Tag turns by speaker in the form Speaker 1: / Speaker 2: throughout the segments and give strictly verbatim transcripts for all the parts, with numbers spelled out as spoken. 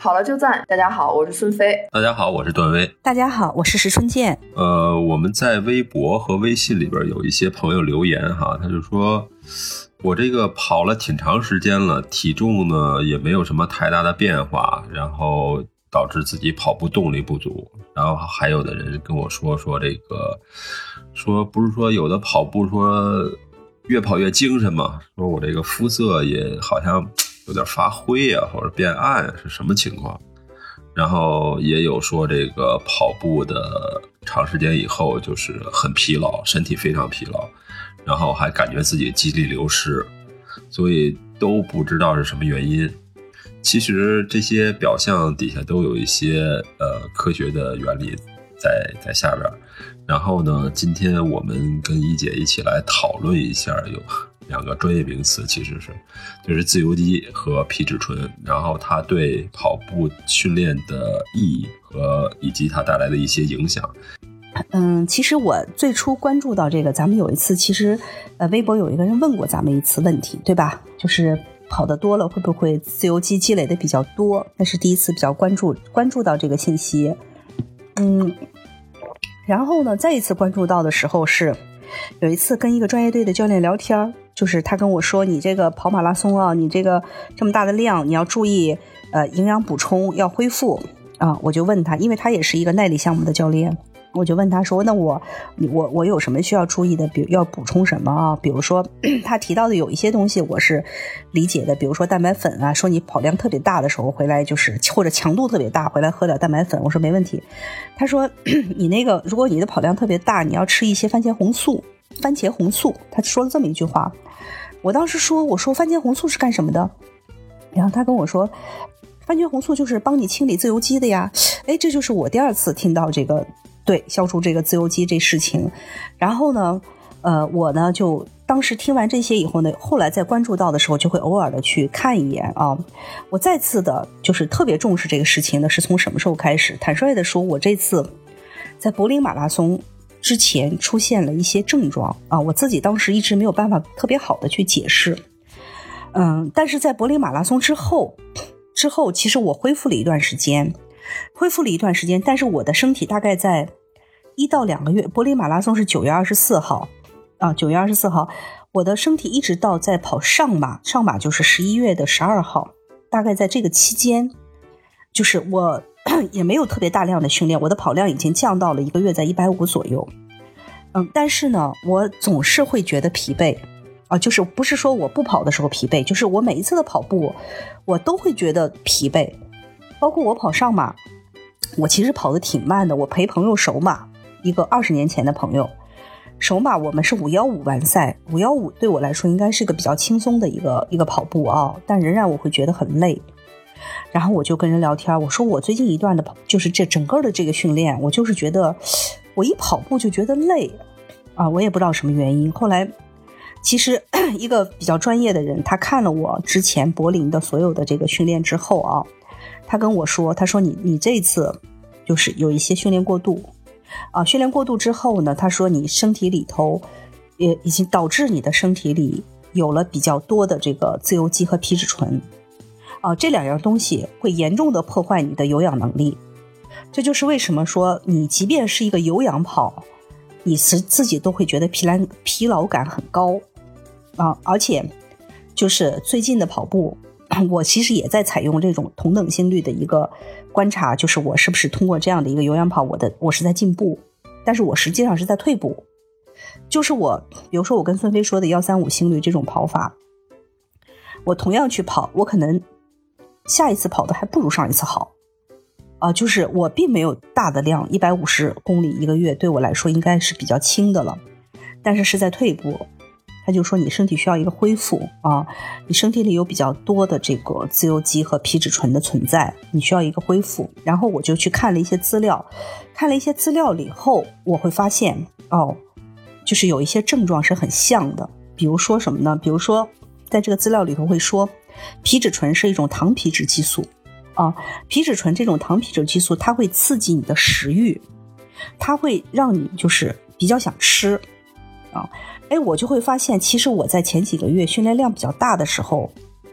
Speaker 1: 好了就赞。大家好，我是孙飞。
Speaker 2: 大家好，我是段威。
Speaker 3: 大家好，我是石春健。
Speaker 2: 呃，我们在微博和微信里边有一些朋友留言哈，他就说我这个跑了挺长时间了，体重呢也没有什么太大的变化，然后导致自己跑步动力不足。然后还有的人跟我说说这个，说不是说有的跑步说越跑越精神嘛，说我这个肤色也好像有点发灰啊，或者变暗，是什么情况？然后也有说这个跑步的长时间以后就是很疲劳，身体非常疲劳，然后还感觉自己肌力流失，所以都不知道是什么原因。其实这些表象底下都有一些呃科学的原理在在下边。然后呢，今天我们跟一姐一起来讨论一下，有两个专业名词，其实是就是自由基和皮质醇，然后它对跑步训练的意义和以及它带来的一些影响。
Speaker 3: 嗯，其实我最初关注到这个，咱们有一次其实呃微博有一个人问过咱们一次问题，对吧？就是跑得多了会不会自由基积累的比较多？那是第一次比较关注关注到这个信息。嗯，然后呢，再一次关注到的时候是有一次跟一个专业队的教练聊天，就是他跟我说，你这个跑马拉松啊，你这个这么大的量，你要注意呃营养补充，要恢复啊。我就问他，因为他也是一个耐力项目的教练，我就问他说，那我我我有什么需要注意的，比如要补充什么啊？比如说他提到的有一些东西我是理解的，比如说蛋白粉啊，说你跑量特别大的时候回来，就是或者强度特别大回来喝点蛋白粉，我说没问题。他说你那个如果你的跑量特别大，你要吃一些番茄红素，番茄红素，他说了这么一句话。我当时说，我说番茄红素是干什么的？然后他跟我说，番茄红素就是帮你清理自由基的呀。哎，这就是我第二次听到这个对消除这个自由基这事情。然后呢呃，我呢就当时听完这些以后呢，后来在关注到的时候就会偶尔的去看一眼啊。我再次的就是特别重视这个事情呢，是从什么时候开始？坦率的说，我这次在柏林马拉松之前出现了一些症状啊，我自己当时一直没有办法特别好的去解释。嗯，但是在柏林马拉松之后之后其实我恢复了一段时间恢复了一段时间但是我的身体大概在一到两个月，柏林马拉松是九月二十四号啊，九月二十四号，我的身体一直到在跑上马，上马就是十一月的十二号，大概在这个期间，就是我也没有特别大量的训练，我的跑量已经降到了一个月在一百五左右。嗯，但是呢，我总是会觉得疲惫啊，就是不是说我不跑的时候疲惫，就是我每一次的跑步，我都会觉得疲惫。包括我跑上马，我其实跑得挺慢的，我陪朋友首马，一个二十年前的朋友，首马我们是五一五完赛，五一五对我来说应该是个比较轻松的一个一个跑步啊，但仍然我会觉得很累。然后我就跟人聊天，我说我最近一段的跑，就是这整个的这个训练，我就是觉得我一跑步就觉得累啊，我也不知道什么原因。后来其实一个比较专业的人，他看了我之前柏林的所有的这个训练之后啊，他跟我说，他说你你这次就是有一些训练过度啊，训练过度之后呢，他说你身体里头也已经导致你的身体里有了比较多的这个自由基和皮质醇啊，这两样东西会严重的破坏你的有氧能力。这就是为什么说你即便是一个有氧跑，你是自己都会觉得疲劳疲劳感很高啊，而且就是最近的跑步，我其实也在采用这种同等心率的一个观察，就是我是不是通过这样的一个有氧跑，我的我是在进步，但是我实际上是在退步。就是我比如说我跟孙飞说的一三五心率这种跑法，我同样去跑，我可能下一次跑的还不如上一次好啊、呃，就是我并没有大的量，一百五十公里一个月对我来说应该是比较轻的了，但是是在退步。他就说你身体需要一个恢复啊，你身体里有比较多的这个自由基和皮质醇的存在，你需要一个恢复。然后我就去看了一些资料，看了一些资料以后，我会发现哦，就是有一些症状是很像的。比如说什么呢？比如说在这个资料里头会说，皮质醇是一种糖皮质激素啊，皮质醇这种糖皮质激素，它会刺激你的食欲，它会让你就是比较想吃啊。哎，我就会发现，其实我在前几个月训练量比较大的时候，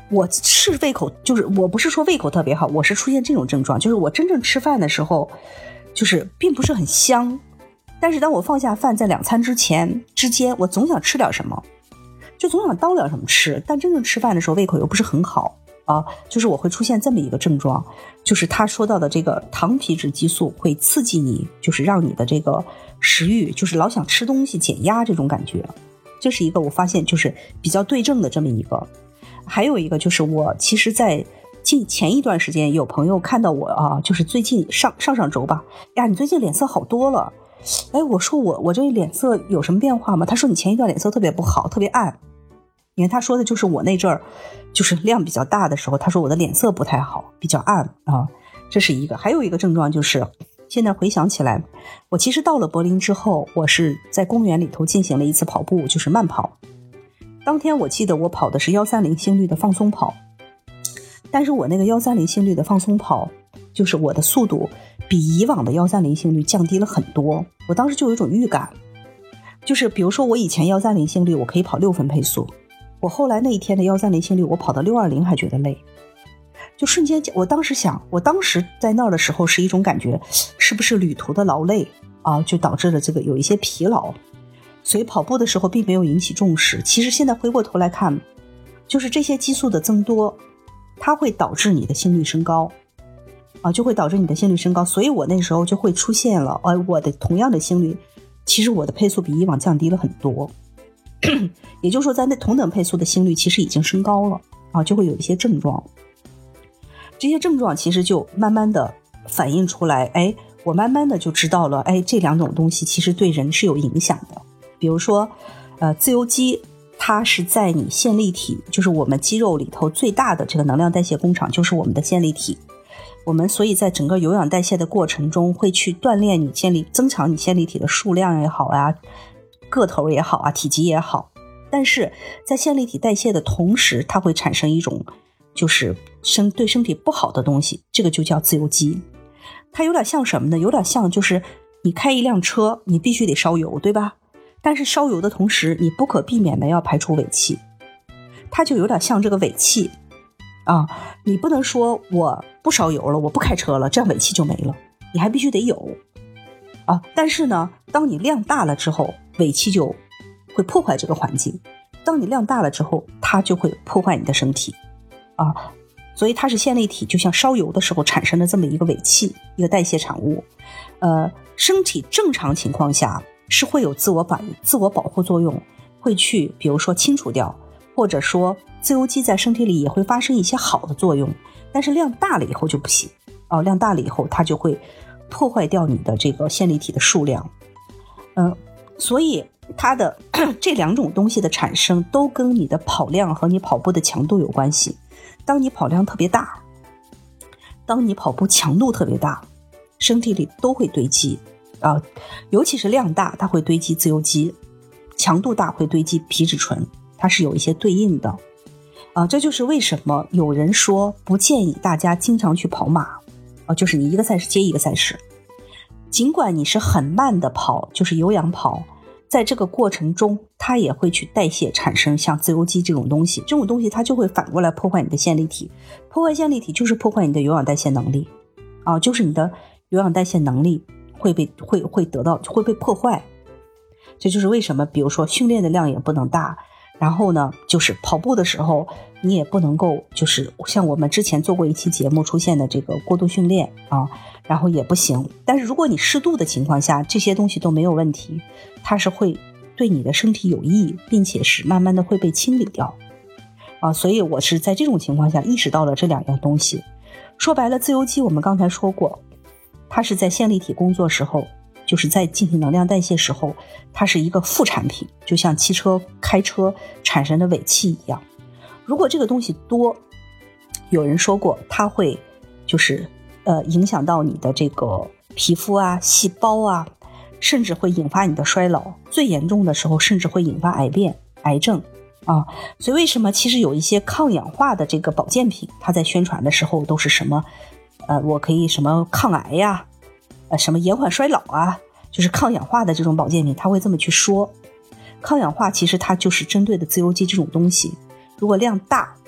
Speaker 3: 我是胃口，就是我不是说胃口特别好，我是出现这种症状，就是我真正吃饭的时候就是并不是很香，但是当我放下饭在两餐之前之间，我总想吃点什么，就总想叨点什么吃，但真正吃饭的时候胃口又不是很好啊，就是我会出现这么一个症状，就是他说到的这个糖皮质激素会刺激你，就是让你的这个食欲就是老想吃东西减压这种感觉，这是一个我发现就是比较对症的这么一个。还有一个就是我其实在近前一段时间有朋友看到我啊，就是最近上上上周吧，呀你最近脸色好多了，哎我说我我这脸色有什么变化吗？他说你前一段脸色特别不好，特别暗。因为他说的就是我那阵儿就是量比较大的时候，他说我的脸色不太好，比较暗啊，这是一个。还有一个症状就是现在回想起来，我其实到了柏林之后，我是在公园里头进行了一次跑步，就是慢跑。当天我记得我跑的是一三零心率的放松跑，但是我那个一三零心率的放松跑，就是我的速度比以往的一三零心率降低了很多。我当时就有一种预感，就是比如说我以前一三零心率我可以跑六分配速，我后来那一天的一三零心率我跑到六二零还觉得累，就瞬间我当时想，我当时在那儿的时候是一种感觉，是不是旅途的劳累啊，就导致了这个有一些疲劳，所以跑步的时候并没有引起重视。其实现在回过头来看，就是这些激素的增多，它会导致你的心率升高啊，就会导致你的心率升高，所以我那时候就会出现了，呃，我的同样的心率，其实我的配速比以往降低了很多，也就是说在那同等配速的心率其实已经升高了啊，就会有一些症状。这些症状其实就慢慢的反映出来，哎，我慢慢的就知道了，哎，这两种东西其实对人是有影响的。比如说呃，自由基它是在你线粒体，就是我们肌肉里头最大的这个能量代谢工厂就是我们的线粒体，我们所以在整个有氧代谢的过程中会去锻炼你线粒，增强你线粒体的数量也好啊，个头也好啊，体积也好。但是在线粒体代谢的同时，它会产生一种就是身对身体不好的东西，这个就叫自由基。它有点像什么呢？有点像就是你开一辆车，你必须得烧油，对吧？但是烧油的同时，你不可避免的要排出尾气，它就有点像这个尾气啊，你不能说我不烧油了，我不开车了，这样尾气就没了，你还必须得有啊。但是呢，当你量大了之后，尾气就会破坏这个环境，当你量大了之后，它就会破坏你的身体啊。所以它是线粒体就像烧油的时候产生的这么一个尾气，一个代谢产物。呃，身体正常情况下是会有自我反应、自我保护作用，会去比如说清除掉，或者说自由基在身体里也会发生一些好的作用，但是量大了以后就不行哦，量大了以后它就会破坏掉你的这个线粒体的数量。嗯、呃，所以它的这两种东西的产生都跟你的跑量和你跑步的强度有关系。当你跑量特别大，当你跑步强度特别大，身体里都会堆积啊，尤其是量大它会堆积自由基，强度大会堆积皮质醇，它是有一些对应的啊。这就是为什么有人说不建议大家经常去跑马啊，就是你一个赛事接一个赛事，尽管你是很慢的跑，就是有氧跑，在这个过程中它也会去代谢产生像自由基这种东西，这种东西它就会反过来破坏你的线粒体，破坏线粒体就是破坏你的有氧代谢能力啊，就是你的有氧代谢能力会被会会得到会被破坏。这就是为什么比如说训练的量也不能大，然后呢就是跑步的时候你也不能够就是像我们之前做过一期节目出现的这个过度训练啊，然后也不行。但是如果你适度的情况下，这些东西都没有问题，它是会对你的身体有益，并且是慢慢的会被清理掉啊。所以我是在这种情况下意识到了这两样东西。说白了，自由基我们刚才说过，它是在线粒体工作时候，就是在进行能量代谢时候，它是一个副产品，就像汽车开车产生的尾气一样。如果这个东西多，有人说过它会就是呃影响到你的这个皮肤啊、细胞啊，甚至会引发你的衰老，最严重的时候甚至会引发癌变、癌症啊。所以为什么其实有一些抗氧化的这个保健品，它在宣传的时候都是什么呃我可以什么抗癌呀、呃什么延缓衰老啊，就是抗氧化的这种保健品，它会这么去说。抗氧化其实它就是针对的自由基这种东西，如果量大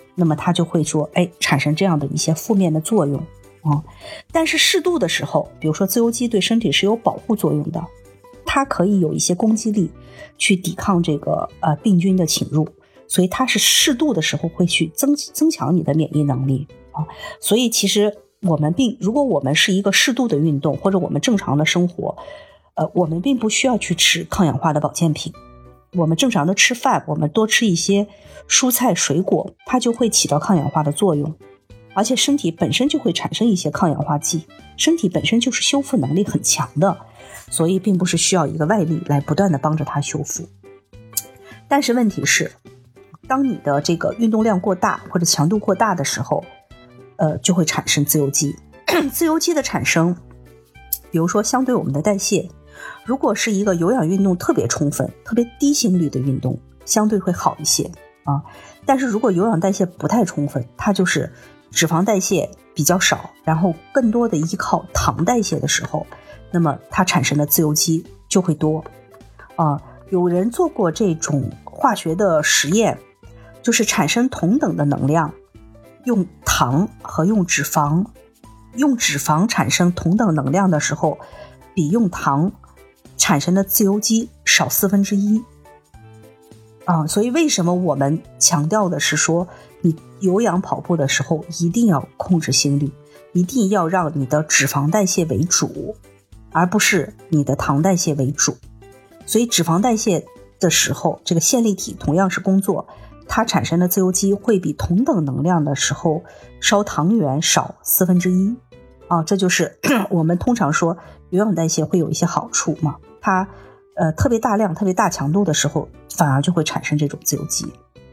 Speaker 3: 那么它就会说哎，产生这样的一些负面的作用啊。但是适度的时候，比如说自由基对身体是有保护作用的，它可以有一些攻击力去抵抗这个呃病菌的侵入，所以它是适度的时候会去增增强你的免疫能力啊。所以其实我们并如果我们是一个适度的运动，或者我们正常的生活，呃，我们并不需要去吃抗氧化的保健品。我们正常的吃饭，我们多吃一些蔬菜水果，它就会起到抗氧化的作用，而且身体本身就会产生一些抗氧化剂，身体本身就是修复能力很强的，所以并不是需要一个外力来不断的帮着它修复。但是问题是，当你的这个运动量过大或者强度过大的时候，呃，就会产生自由基。自由基的产生，比如说相对我们的代谢，如果是一个有氧运动特别充分、特别低心率的运动，相对会好一些啊。但是如果有氧代谢不太充分，它就是脂肪代谢比较少，然后更多的依靠糖代谢的时候，那么它产生的自由基就会多啊。有人做过这种化学的实验，就是产生同等的能量，用糖和用脂肪，用脂肪产生同等能量的时候，比用糖产生的自由基少四分之一啊。所以为什么我们强调的是说，你有氧跑步的时候一定要控制心率，一定要让你的脂肪代谢为主，而不是你的糖代谢为主。所以脂肪代谢的时候，这个线粒体同样是工作，它产生的自由基会比同等能量的时候烧糖原少四分之一啊。这就是我们通常说有氧代谢会有一些好处嘛，它呃特别大量特别大强度的时候反而就会产生这种自由基。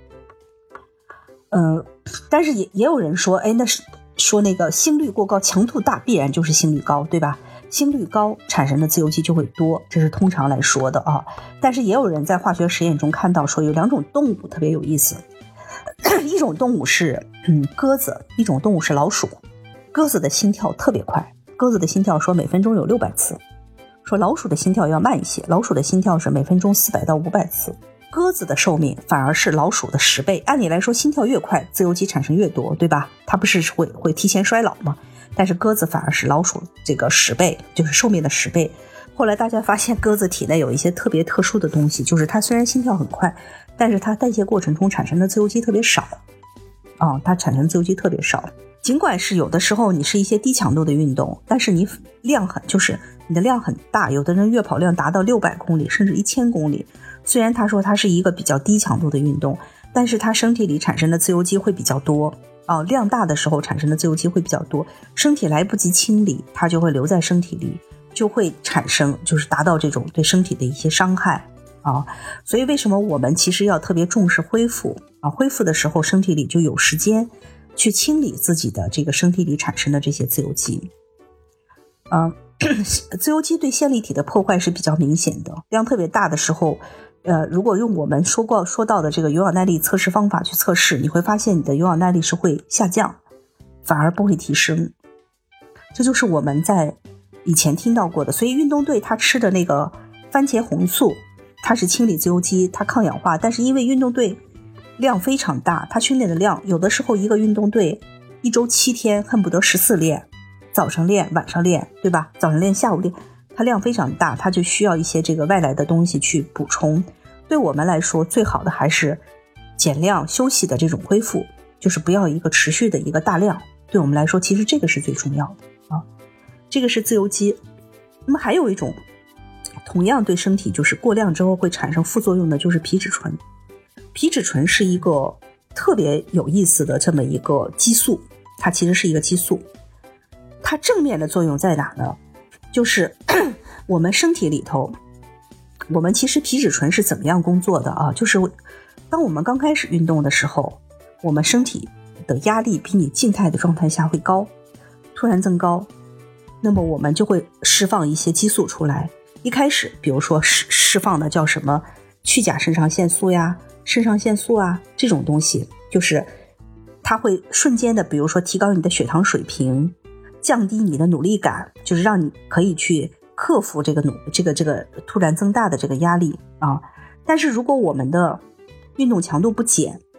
Speaker 3: 呃但是也也有人说，哎，那是说那个心率过高强度大必然就是心率高，对吧？心率高产生的自由基就会多，这是通常来说的啊。但是也有人在化学实验中看到说，有两种动物特别有意思，一种动物是嗯鸽子，一种动物是老鼠。鸽子的心跳特别快，鸽子的心跳说每分钟有六百次，说老鼠的心跳要慢一些，老鼠的心跳是每分钟四百到五百次。鸽子的寿命反而是老鼠的十倍，按理来说心跳越快自由基产生越多，对吧？它不是会会提前衰老吗？但是鸽子反而是老鼠这个十倍，就是寿命的十倍。后来大家发现鸽子体内有一些特别特殊的东西，就是它虽然心跳很快，但是它代谢过程中产生的自由基特别少啊，它产生自由基特别少。尽管是有的时候你是一些低强度的运动，但是你量很就是你的量很大，有的人月跑量达到六百公里甚至一千公里，虽然他说它是一个比较低强度的运动，但是他身体里产生的自由基会比较多啊，量大的时候产生的自由基会比较多，身体来不及清理，它就会留在身体里，就会产生就是达到这种对身体的一些伤害啊。所以为什么我们其实要特别重视恢复啊？恢复的时候身体里就有时间去清理自己的这个身体里产生的这些自由基啊。自由基对线粒体的破坏是比较明显的，量特别大的时候呃，如果用我们说过说到的这个有氧耐力测试方法去测试，你会发现你的有氧耐力是会下降，反而不会提升。这就是我们在以前听到过的。所以运动队他吃的那个番茄红素，它是清理自由基，它抗氧化，但是因为运动队量非常大，他训练的量有的时候一个运动队一周七天恨不得十四练，早上练晚上练，对吧？早上练下午练，它量非常大，它就需要一些这个外来的东西去补充。对我们来说最好的还是减量休息的这种恢复，就是不要一个持续的一个大量，对我们来说其实这个是最重要的啊。这个是自由基。那么还有一种同样对身体就是过量之后会产生副作用的，就是皮质醇。皮质醇是一个特别有意思的这么一个激素，它其实是一个激素。它正面的作用在哪呢？就是我们身体里头，我们其实皮质醇是怎么样工作的啊？就是当我们刚开始运动的时候，我们身体的压力比你静态的状态下会高，突然增高，那么我们就会释放一些激素出来。一开始比如说释释放的叫什么去甲肾上腺素呀、肾上腺素啊，这种东西就是它会瞬间的比如说提高你的血糖水平，降低你的努力感，就是让你可以去克服这个努这个这个突然增大的这个压力啊。但是如果我们的运动强度不减，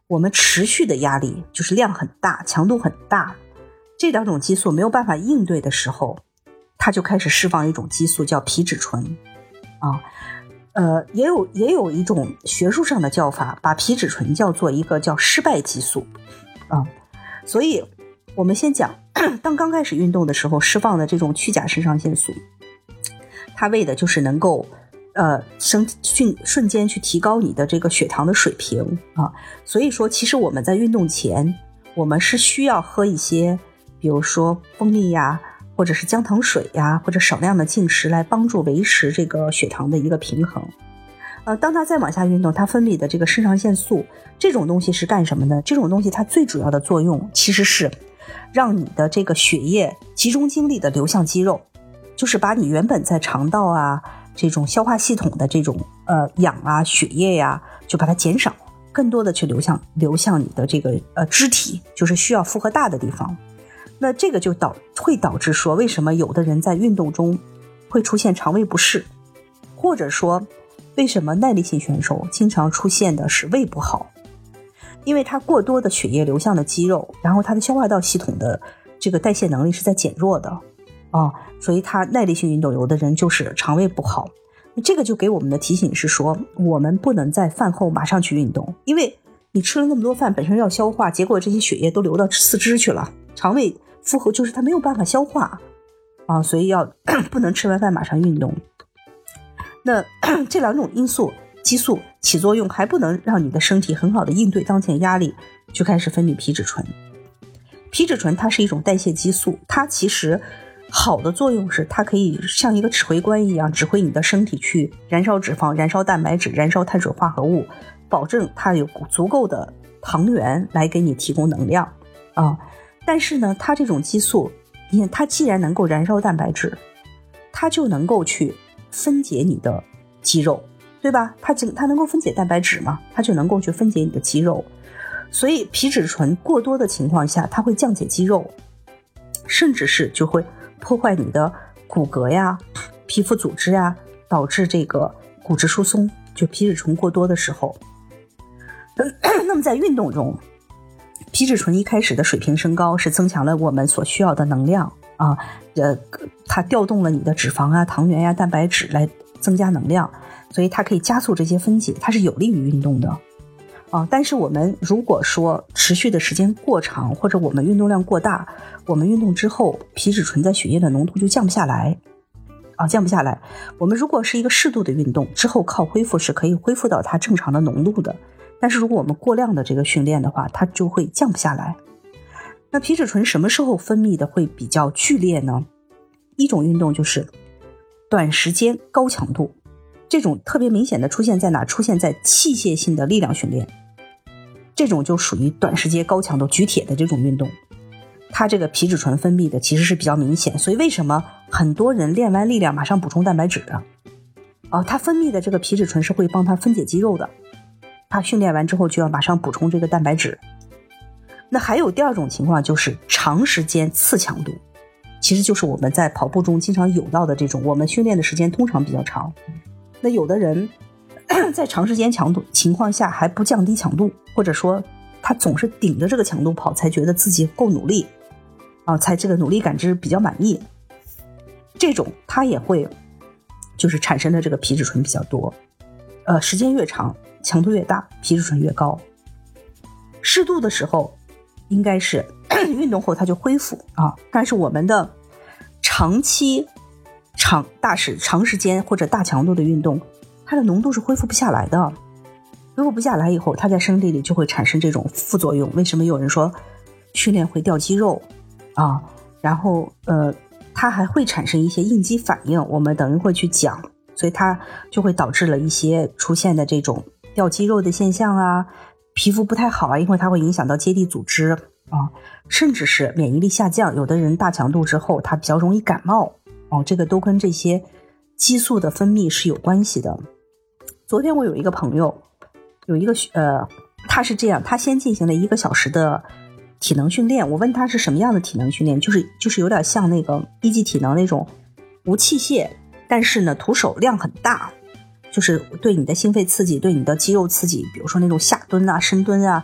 Speaker 3: 我们持续的压力就是量很大，强度很大，这两种激素没有办法应对的时候，它就开始释放一种激素叫皮质醇啊。呃，也有也有一种学术上的叫法，把皮质醇叫做一个叫失败激素啊。所以我们先讲，当刚开始运动的时候释放的这种去甲肾上腺素，它为的就是能够呃生瞬瞬间去提高你的这个血糖的水平啊。所以说，其实我们在运动前，我们是需要喝一些，比如说蜂蜜呀，或者是姜糖水呀，或者少量的进食来帮助维持这个血糖的一个平衡。呃，当它再往下运动，它分泌的这个肾上腺素这种东西是干什么呢？这种东西它最主要的作用其实是让你的这个血液集中精力的流向肌肉，就是把你原本在肠道啊这种消化系统的这种呃氧啊血液呀、啊，就把它减少，更多的去流向流向你的这个呃肢体，就是需要负荷大的地方。那这个就导会导致说，为什么有的人在运动中会出现肠胃不适，或者说为什么耐力性选手经常出现的是胃不好，因为它过多的血液流向了肌肉，然后它的消化道系统的这个代谢能力是在减弱的啊，所以它耐力性运动有的人就是肠胃不好。这个就给我们的提醒是说，我们不能在饭后马上去运动，因为你吃了那么多饭本身要消化，结果这些血液都流到四肢去了，肠胃负荷就是它没有办法消化啊，所以要不能吃完饭马上运动。那这两种因素激素起作用，还不能让你的身体很好的应对当前压力，就开始分泌皮质醇。皮质醇它是一种代谢激素，它其实好的作用是它可以像一个指挥官一样指挥你的身体去燃烧脂肪、燃烧蛋白质、燃烧碳水化合物，保证它有足够的糖原来给你提供能量啊。但是呢，它这种激素，你看它既然能够燃烧蛋白质，它就能够去分解你的肌肉，对吧？它它能够分解蛋白质嘛，它就能够去分解你的肌肉。所以皮质醇过多的情况下，它会降解肌肉，甚至是就会破坏你的骨骼呀、皮肤组织呀，导致这个骨质疏松。就皮质醇过多的时候，那么在运动中，皮质醇一开始的水平升高是增强了我们所需要的能量啊，呃，它调动了你的脂肪啊、糖原呀、蛋白质来增加能量，所以它可以加速这些分解，它是有利于运动的啊。但是我们如果说持续的时间过长，或者我们运动量过大，我们运动之后皮质醇在血液的浓度就降不下来啊，降不下来。我们如果是一个适度的运动之后，靠恢复是可以恢复到它正常的浓度的。但是如果我们过量的这个训练的话，它就会降不下来。那皮质醇什么时候分泌的会比较剧烈呢？一种运动就是短时间高强度，这种特别明显的出现在哪？出现在器械性的力量训练，这种就属于短时间高强度举铁的这种运动，它这个皮质醇分泌的其实是比较明显。所以为什么很多人练完力量马上补充蛋白质的？哦，它分泌的这个皮质醇是会帮它分解肌肉的，他训练完之后就要马上补充这个蛋白质。那还有第二种情况，就是长时间次强度，其实就是我们在跑步中经常有到的这种，我们训练的时间通常比较长，那有的人在长时间强度情况下还不降低强度，或者说他总是顶着这个强度跑，才觉得自己够努力啊，才这个努力感知比较满意，这种他也会就是产生的这个皮质醇比较多，呃，时间越长强度越大，皮质醇越高。适度的时候应该是运动后它就恢复啊，但是我们的长期长大时长时间或者大强度的运动，它的浓度是恢复不下来的，恢复不下来以后，它在身体里就会产生这种副作用。为什么有人说训练会掉肌肉啊？然后呃，它还会产生一些应激反应，我们等一会去讲，所以它就会导致了一些出现的这种掉肌肉的现象啊，皮肤不太好啊，因为它会影响到结缔组织啊，甚至是免疫力下降。有的人大强度之后，他比较容易感冒哦，这个都跟这些激素的分泌是有关系的。昨天我有一个朋友，有一个呃，他是这样，他先进行了一个小时的体能训练。我问他是什么样的体能训练，就是就是有点像那个一级体能那种无器械，但是呢徒手量很大，就是对你的心肺刺激，对你的肌肉刺激，比如说那种下蹲啊、深蹲啊，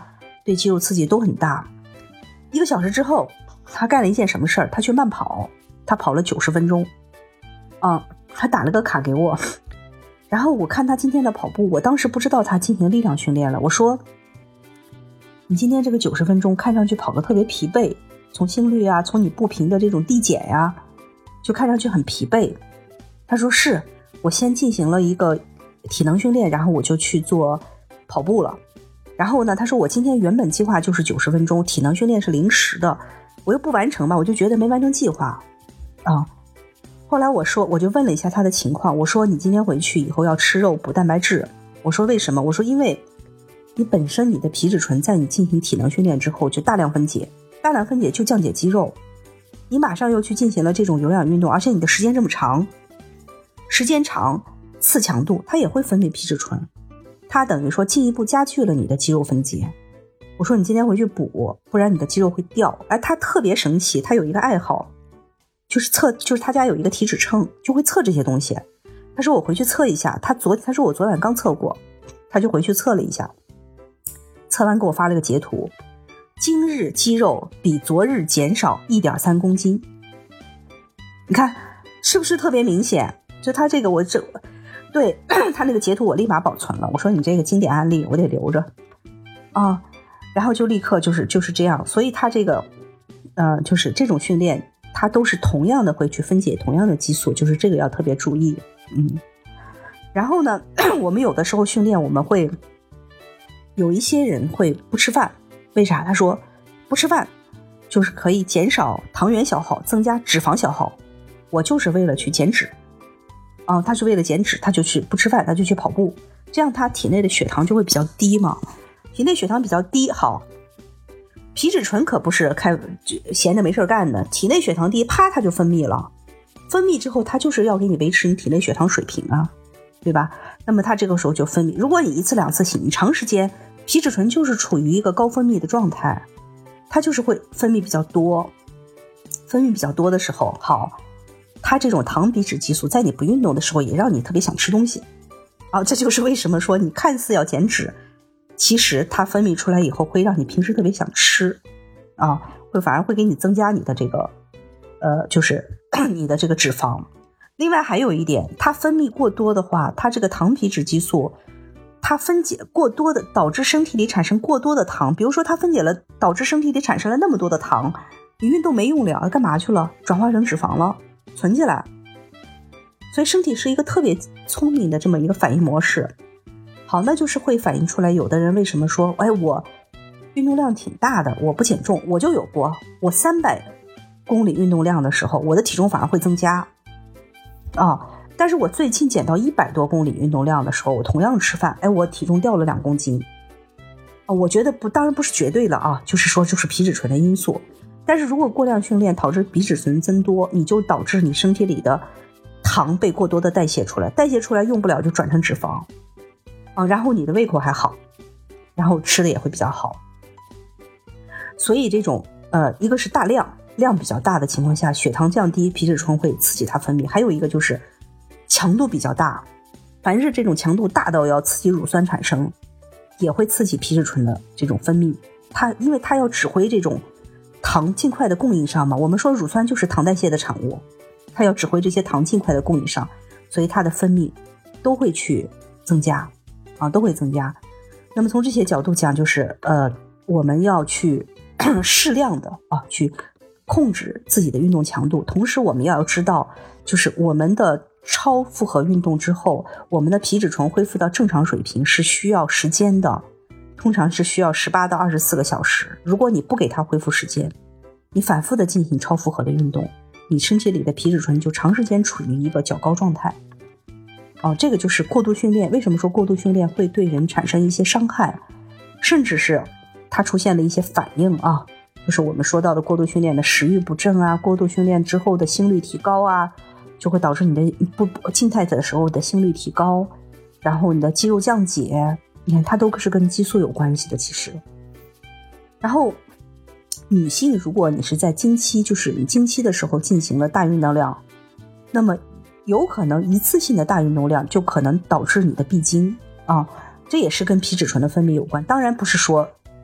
Speaker 3: 对肌肉刺激都很大。一个小时之后，他干了一件什么事儿？他去慢跑，他跑了九十分钟，啊，他打了个卡给我。然后我看他今天的跑步，我当时不知道他进行力量训练了。我说，你今天这个九十分钟看上去跑得特别疲惫，从心率啊，从你步频的这种递减呀、啊，就看上去很疲惫。他说是，我先进行了一个体能训练，然后我就去做跑步了。然后呢，他说我今天原本计划就是九十分钟，体能训练是临时的，我又不完成吧，我就觉得没完成计划啊。后来我说，我就问了一下他的情况，我说你今天回去以后要吃肉补蛋白质。我说为什么？我说因为你本身你的皮质醇在你进行体能训练之后就大量分解，大量分解就降解肌肉，你马上又去进行了这种有氧运动，而且你的时间这么长，时间长次强度，它也会分泌皮质醇，它等于说进一步加剧了你的肌肉分解。我说你今天回去补，不然你的肌肉会掉。哎，他特别神奇，他有一个爱好，就是测，就是他家有一个体脂秤，就会测这些东西。他说我回去测一下，他昨他说我昨晚刚测过，他就回去测了一下，测完给我发了个截图，今日肌肉比昨日减少 一点三公斤。你看是不是特别明显？就他这个我这对他那个截图我立马保存了，我说你这个经典案例我得留着啊，然后就立刻就是就是这样。所以他这个呃就是这种训练它都是同样的会去分解同样的激素，就是这个要特别注意。嗯，然后呢我们有的时候训练我们会有一些人会不吃饭，为啥？他说不吃饭就是可以减少糖原消耗，增加脂肪消耗。我就是为了去减脂啊，他是为了减脂，他就去不吃饭，他就去跑步，这样他体内的血糖就会比较低嘛。体内血糖比较低，好，皮质醇可不是开闲着没事干的，体内血糖低，啪它就分泌了，分泌之后它就是要给你维持你体内血糖水平啊，对吧？那么它这个时候就分泌，如果你一次两次醒，你长时间皮质醇就是处于一个高分泌的状态，它就是会分泌比较多，分泌比较多的时候，好，它这种糖皮质激素在你不运动的时候也让你特别想吃东西啊，这就是为什么说你看似要减脂，其实它分泌出来以后会让你平时特别想吃啊，会反而会给你增加你的这个呃，就是你的这个脂肪。另外还有一点，它分泌过多的话，它这个糖皮质激素它分解过多的导致身体里产生过多的糖，比如说它分解了导致身体里产生了那么多的糖，你运动没用了，干嘛去了？转化成脂肪了，存起来。所以身体是一个特别聪明的这么一个反应模式。好，那就是会反映出来有的人为什么说哎，我运动量挺大的，我不减重。我就有过，我三百公里运动量的时候，我的体重反而会增加啊。但是我最近减到一百多公里运动量的时候，我同样吃饭，哎，我体重掉了两公斤啊。我觉得不，当然不是绝对了啊，就是说就是皮质醇的因素。但是如果过量训练导致皮质醇增多，你就导致你身体里的糖被过多的代谢出来，代谢出来用不了就转成脂肪啊，然后你的胃口还好，然后吃的也会比较好。所以这种呃，一个是大量量比较大的情况下，血糖降低，皮质醇会刺激它分泌；还有一个就是强度比较大，凡是这种强度大到要刺激乳酸产生，也会刺激皮质醇的这种分泌。它因为它要指挥这种糖尽快的供应上嘛，我们说乳酸就是糖代谢的产物，它要指挥这些糖尽快的供应上，所以它的分泌都会去增加啊，都会增加。那么从这些角度讲，就是呃，我们要去适量的啊，去控制自己的运动强度。同时我们要知道，就是我们的超负荷运动之后，我们的皮质醇恢复到正常水平是需要时间的，通常是需要十八到二十四个小时。如果你不给它恢复时间，你反复的进行超负荷的运动，你身体里的皮质醇就长时间处于一个较高状态。哦，这个就是过度训练。为什么说过度训练会对人产生一些伤害，甚至是它出现了一些反应啊，就是我们说到的过度训练的食欲不振啊，过度训练之后的心率提高啊，就会导致你的不静态的时候的心率提高，然后你的肌肉降解，你看它都是跟激素有关系的其实。然后女性如果你是在经期，就是你经期的时候进行了大运动量，那么有可能一次性的大运动量就可能导致你的闭经啊，这也是跟皮质醇的分泌有关。当然不是说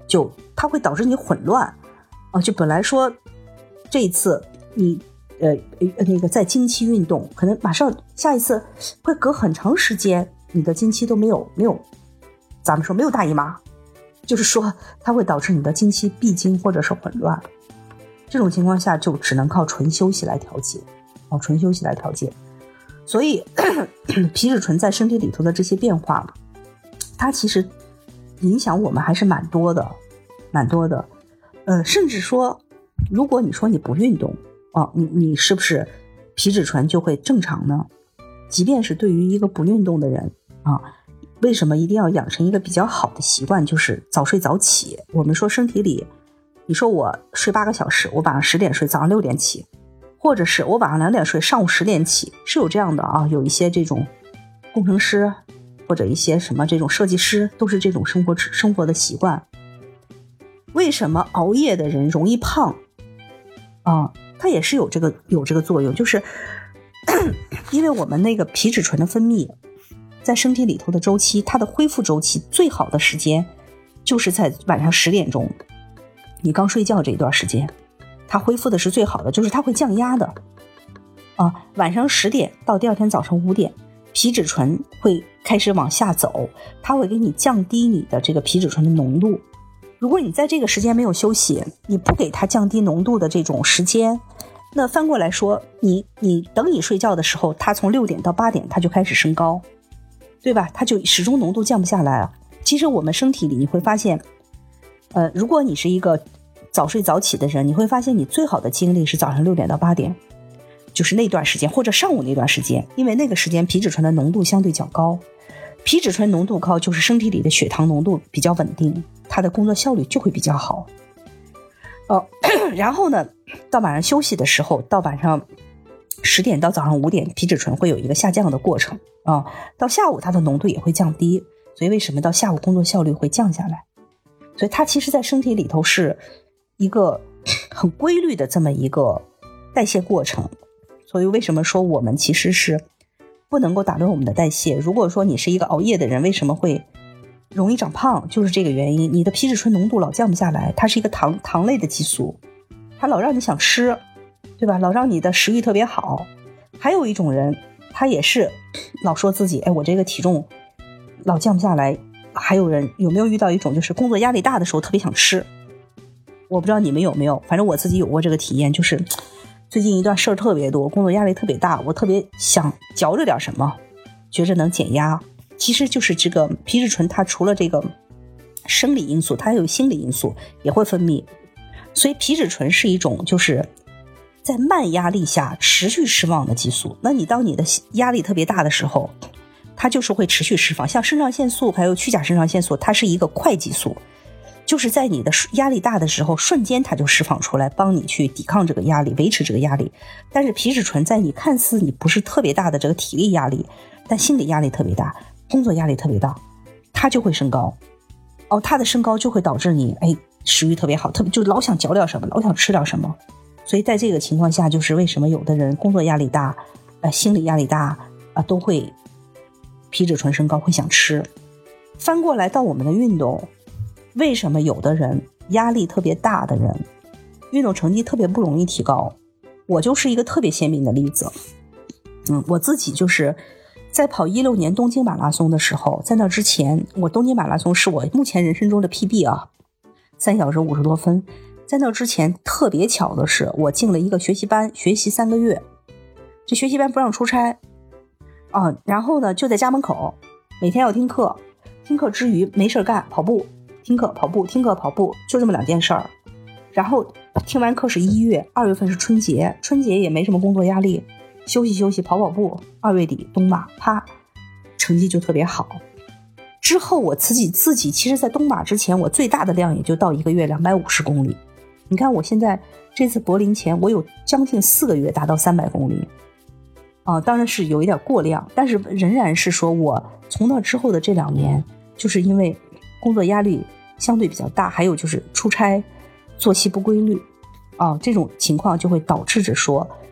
Speaker 3: 就它会导致你混乱啊。就本来说这一次你呃那个在经期运动，可能马上下一次会隔很长时间，你的经期都没有没有，咱们说没有大姨妈，就是说它会导致你的经期闭经或者是混乱。这种情况下就只能靠纯休息来调节啊，纯休息来调节。所以皮质醇在身体里头的这些变化，它其实影响我们还是蛮多的，蛮多的。呃，甚至说，如果你说你不运动哦，你你是不是皮质醇就会正常呢？即便是对于一个不运动的人啊，为什么一定要养成一个比较好的习惯，就是早睡早起？我们说身体里，你说我睡八个小时，我晚上十点睡，早上六点起。或者是我晚上两点睡，上午十点起，是有这样的啊，有一些这种工程师或者一些什么这种设计师都是这种生活生活的习惯。为什么熬夜的人容易胖啊？它也是有这个有这个作用，就是因为我们那个皮质醇的分泌在身体里头的周期，它的恢复周期最好的时间就是在晚上十点钟，你刚睡觉这一段时间。它恢复的是最好的，就是它会降压的啊。晚上十点到第二天早上五点，皮质醇会开始往下走，它会给你降低你的这个皮质醇的浓度。如果你在这个时间没有休息，你不给它降低浓度的这种时间，那翻过来说，你你等你睡觉的时候，它从六点到八点它就开始升高，对吧？它就始终浓度降不下来了。其实我们身体里你会发现，呃，如果你是一个早睡早起的人，你会发现你最好的精力是早上六点到八点，就是那段时间，或者上午那段时间，因为那个时间皮质醇的浓度相对较高，皮质醇浓度高就是身体里的血糖浓度比较稳定，它的工作效率就会比较好。哦，然后呢，到晚上休息的时候，到晚上十点到早上五点，皮质醇会有一个下降的过程啊，到下午它的浓度也会降低，所以为什么到下午工作效率会降下来？所以它其实在身体里头是一个很规律的这么一个代谢过程。所以为什么说我们其实是不能够打乱我们的代谢？如果说你是一个熬夜的人，为什么会容易长胖？就是这个原因，你的皮质醇浓度老降不下来，它是一个糖糖类的激素，它老让你想吃，对吧？老让你的食欲特别好。还有一种人，他也是老说自己，哎，我这个体重老降不下来。还有人有没有遇到一种就是工作压力大的时候特别想吃？我不知道你们有没有，反正我自己有过这个体验，就是最近一段事儿特别多，工作压力特别大，我特别想嚼着点什么，觉着能减压。其实就是这个皮质醇，它除了这个生理因素，它还有心理因素也会分泌。所以皮质醇是一种就是在慢压力下持续释放的激素。那你当你的压力特别大的时候，它就是会持续释放。像肾上腺素还有去甲肾上腺素，它是一个快激素，就是在你的压力大的时候瞬间它就释放出来，帮你去抵抗这个压力，维持这个压力。但是皮质醇在你看似你不是特别大的这个体力压力，但心理压力特别大，工作压力特别大，它就会升高。哦，它的升高就会导致你哎食欲特别好，特别就老想嚼点什么，老想吃点什么。所以在这个情况下，就是为什么有的人工作压力大，呃，心理压力大啊、呃，都会皮质醇升高，会想吃。翻过来到我们的运动，为什么有的人压力特别大的人运动成绩特别不容易提高？我就是一个特别鲜明的例子。嗯，我自己就是在跑一六年东京马拉松的时候，在那之前，我东京马拉松是我目前人生中的 P B 啊，三小时五十多分。在那之前特别巧的是，我进了一个学习班，学习三个月。这学习班不让出差啊，然后呢就在家门口，每天要听课，听课之余没事干，跑步，听课跑步，听课跑步，就这么两件事儿。然后听完课是一月，二月份是春节，春节也没什么工作压力，休息休息，跑跑步。二月底东马，啪，成绩就特别好。之后我自己自己其实在东马之前，我最大的量也就到一个月两百五十公里。你看我现在这次柏林前，我有将近四个月达到三百公里。啊，当然是有一点过量，但是仍然是说我从那之后的这两年，就是因为工作压力相对比较大，还有就是出差作息不规律啊，这种情况就会导致着说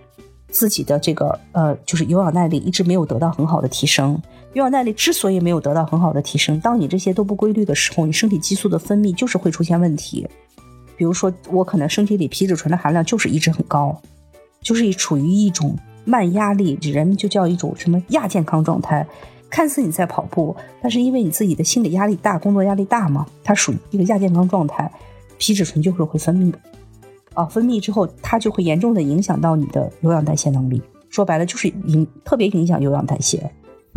Speaker 3: 自己的这个呃，就是有氧耐力一直没有得到很好的提升。有氧耐力之所以没有得到很好的提升，当你这些都不规律的时候，你身体激素的分泌就是会出现问题。比如说我可能身体里皮质醇的含量就是一直很高，就是处于一种慢压力，人们就叫一种什么亚健康状态。看似你在跑步，但是因为你自己的心理压力大，工作压力大嘛，它属于一个亚健康状态，皮质醇就是会分泌啊，分泌之后它就会严重的影响到你的有氧代谢能力，说白了就是影特别影响有氧代谢。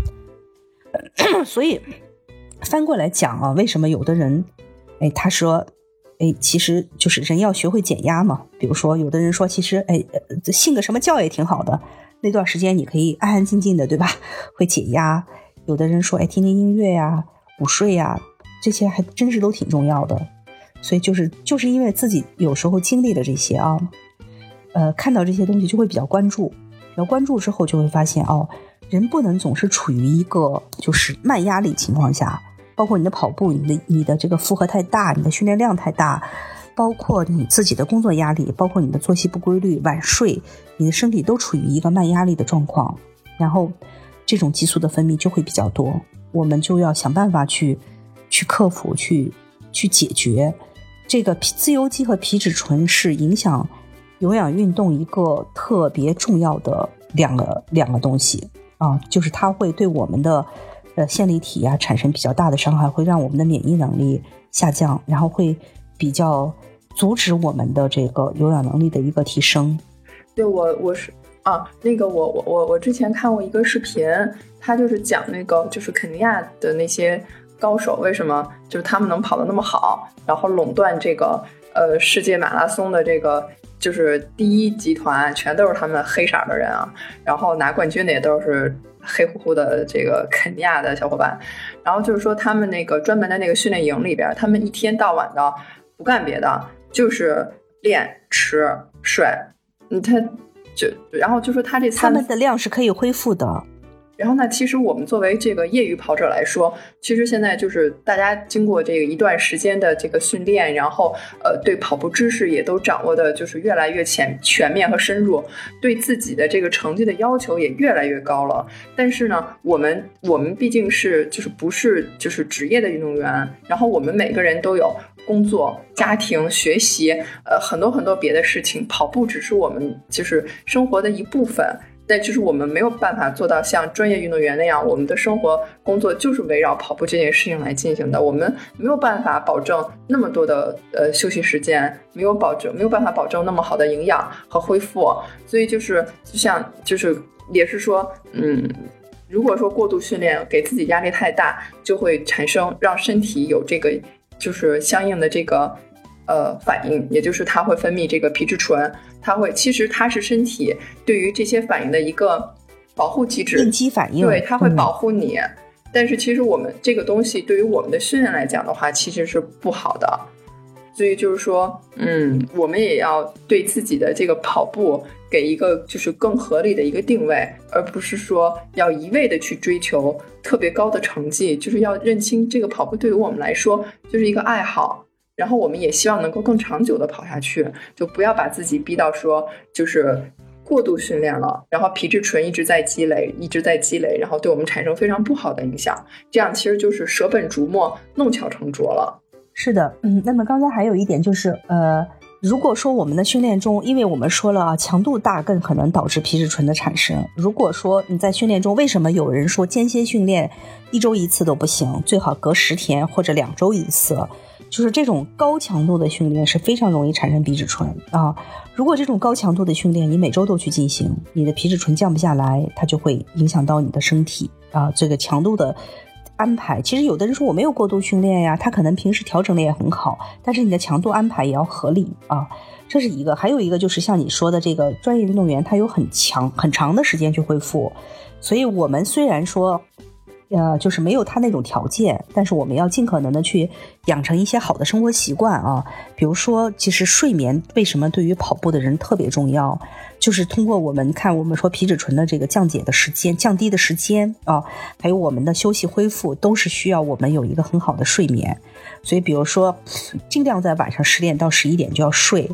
Speaker 3: 所以翻过来讲啊，为什么有的人哎他说哎其实就是人要学会减压嘛，比如说有的人说其实哎信个什么教也挺好的，那段时间你可以安安静静的，对吧，会解压。有的人说哎听听音乐呀，午睡呀，这些还真是都挺重要的。所以就是就是因为自己有时候经历了这些啊，呃，看到这些东西就会比较关注，然后关注之后就会发现哦，人不能总是处于一个就是慢压力情况下，包括你的跑步，你的你的这个负荷太大，你的训练量太大，包括你自己的工作压力，包括你的作息不规律、晚睡，你的身体都处于一个慢压力的状况，然后这种激素的分泌就会比较多，我们就要想办法去去克服，去去解决。这个自由基和皮质醇是影响有氧运动一个特别重要的两个两个东西啊，就是它会对我们的呃线粒体啊产生比较大的伤害，会让我们的免疫能力下降，然后会比较阻止我们的这个有氧能力的一个提升。
Speaker 1: 对，我我是啊，那个我我我我之前看过一个视频，他就是讲那个就是肯尼亚的那些高手为什么就是他们能跑得那么好，然后垄断这个呃世界马拉松的这个就是第一集团，全都是他们黑色的人啊，然后拿冠军的也都是黑乎乎的这个肯尼亚的小伙伴。然后就是说他们那个专门的那个训练营里边，他们一天到晚的不干别的，就是练吃睡。嗯，他就然后就说他这三
Speaker 3: 他们的量是可以恢复的。
Speaker 1: 然后呢，其实我们作为这个业余跑者来说，其实现在就是大家经过这个一段时间的这个训练，然后呃对跑步知识也都掌握的就是越来越全全面和深入，对自己的这个成绩的要求也越来越高了。但是呢，我们我们毕竟是就是不是就是职业的运动员，然后我们每个人都有工作、家庭、学习，呃很多很多别的事情，跑步只是我们就是生活的一部分。但就是我们没有办法做到像专业运动员那样，我们的生活工作就是围绕跑步这件事情来进行的。我们没有办法保证那么多的呃休息时间，没有保证没有办法保证那么好的营养和恢复。所以就是就像就是也是说，嗯，如果说过度训练给自己压力太大，就会产生让身体有这个就是相应的这个呃反应，也就是它会分泌这个皮质醇。它会，其实它是身体对于这些反应的一个保护机制，
Speaker 3: 应激反应，
Speaker 1: 对，它会保护你。嗯、但是其实我们这个东西对于我们的训练来讲的话，其实是不好的。所以就是说，嗯，我们也要对自己的这个跑步给一个就是更合理的一个定位，而不是说要一味的去追求特别高的成绩，就是要认清这个跑步对于我们来说就是一个爱好。然后我们也希望能够更长久的跑下去，就不要把自己逼到说就是过度训练了，然后皮质醇一直在积累一直在积累，然后对我们产生非常不好的影响，这样其实就是舍本逐末，弄巧成拙了。
Speaker 3: 是的，嗯，那么刚才还有一点就是呃，如果说我们的训练中，因为我们说了啊，强度大更可能导致皮质醇的产生。如果说你在训练中，为什么有人说间歇训练一周一次都不行，最好隔十天或者两周一次？就是这种高强度的训练是非常容易产生皮质醇啊。如果这种高强度的训练你每周都去进行，你的皮质醇降不下来，它就会影响到你的身体啊。这个强度的安排，其实有的人说我没有过度训练呀，他可能平时调整的也很好，但是你的强度安排也要合理啊。这是一个，还有一个就是像你说的这个专业运动员，他有很强很长的时间去恢复，所以我们虽然说呃，就是没有他那种条件，但是我们要尽可能的去养成一些好的生活习惯啊。比如说，其实睡眠为什么对于跑步的人特别重要，就是通过我们看我们说皮质醇的这个降解的时间、降低的时间啊，还有我们的休息恢复，都是需要我们有一个很好的睡眠。所以比如说尽量在晚上十点到十一点就要睡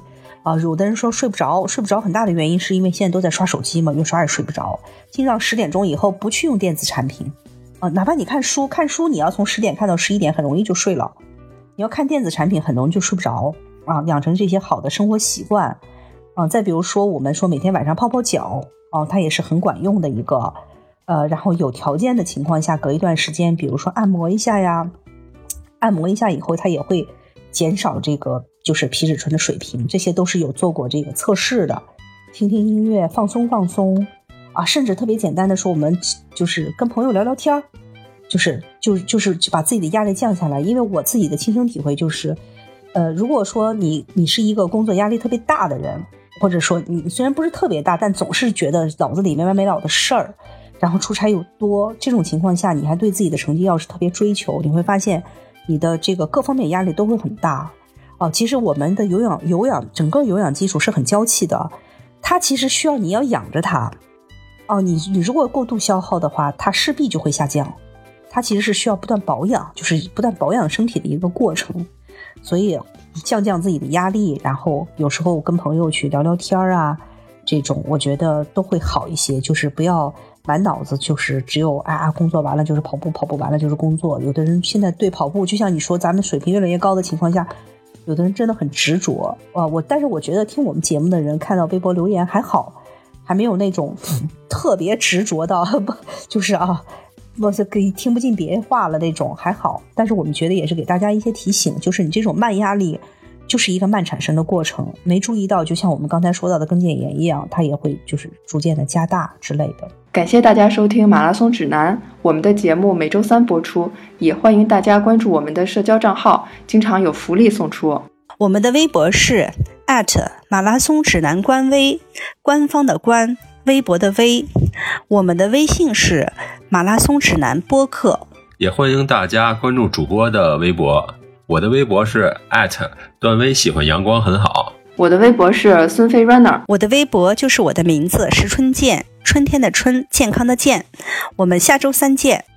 Speaker 3: 啊、呃，有的人说睡不着，睡不着很大的原因是因为现在都在刷手机嘛，越刷也睡不着。尽量十点钟以后不去用电子产品啊、呃，哪怕你看书，看书你要从十点看到十一点，很容易就睡了。你要看电子产品，很容易就睡不着啊。养成这些好的生活习惯啊。再比如说，我们说每天晚上泡泡脚啊，它也是很管用的一个。呃，然后有条件的情况下，隔一段时间，比如说按摩一下呀，按摩一下以后，它也会减少这个就是皮质醇的水平，这些都是有做过这个测试的。听听音乐，放松放松啊，甚至特别简单的说，我们就是跟朋友聊聊天，就是就就是把自己的压力降下来。因为我自己的亲身体会就是，呃，如果说你你是一个工作压力特别大的人，或者说你虽然不是特别大，但总是觉得脑子里没完没了的事儿，然后出差又多，这种情况下，你还对自己的成绩要是特别追求，你会发现你的这个各方面压力都会很大。哦，其实我们的有氧有氧整个有氧基础是很娇气的，它其实需要你要养着它。哦，你你如果过度消耗的话，它势必就会下降。它其实是需要不断保养，就是不断保养身体的一个过程。所以降降自己的压力，然后有时候跟朋友去聊聊天啊，这种我觉得都会好一些。就是不要满脑子就是只有啊工作完了就是跑步，跑步完了就是工作。有的人现在对跑步，就像你说咱们水平越来越高的情况下，有的人真的很执着啊。我但是我觉得听我们节目的人看到微博留言还好，还没有那种、嗯、特别执着到就是啊我是可以听不进别人话了那种，还好。但是我们觉得也是给大家一些提醒，就是你这种慢压力就是一个慢产生的过程，没注意到就像我们刚才说到的跟腱炎一样，它也会就是逐渐的加大之类的。
Speaker 1: 感谢大家收听马拉松指南，我们的节目每周三播出，也欢迎大家关注我们的社交账号，经常有福利送出。
Speaker 3: 我们的微博是 at 马拉松指南官微，官方的官，微博的微。我们的微信是马拉松指南播客，
Speaker 2: 也欢迎大家关注主播的微博。我的微博是 at 段威喜欢阳光很好，
Speaker 1: 我的微博是孙飞 runner，
Speaker 3: 我的微博就是我的名字石春健，春天的春，健康的健。我们下周三见。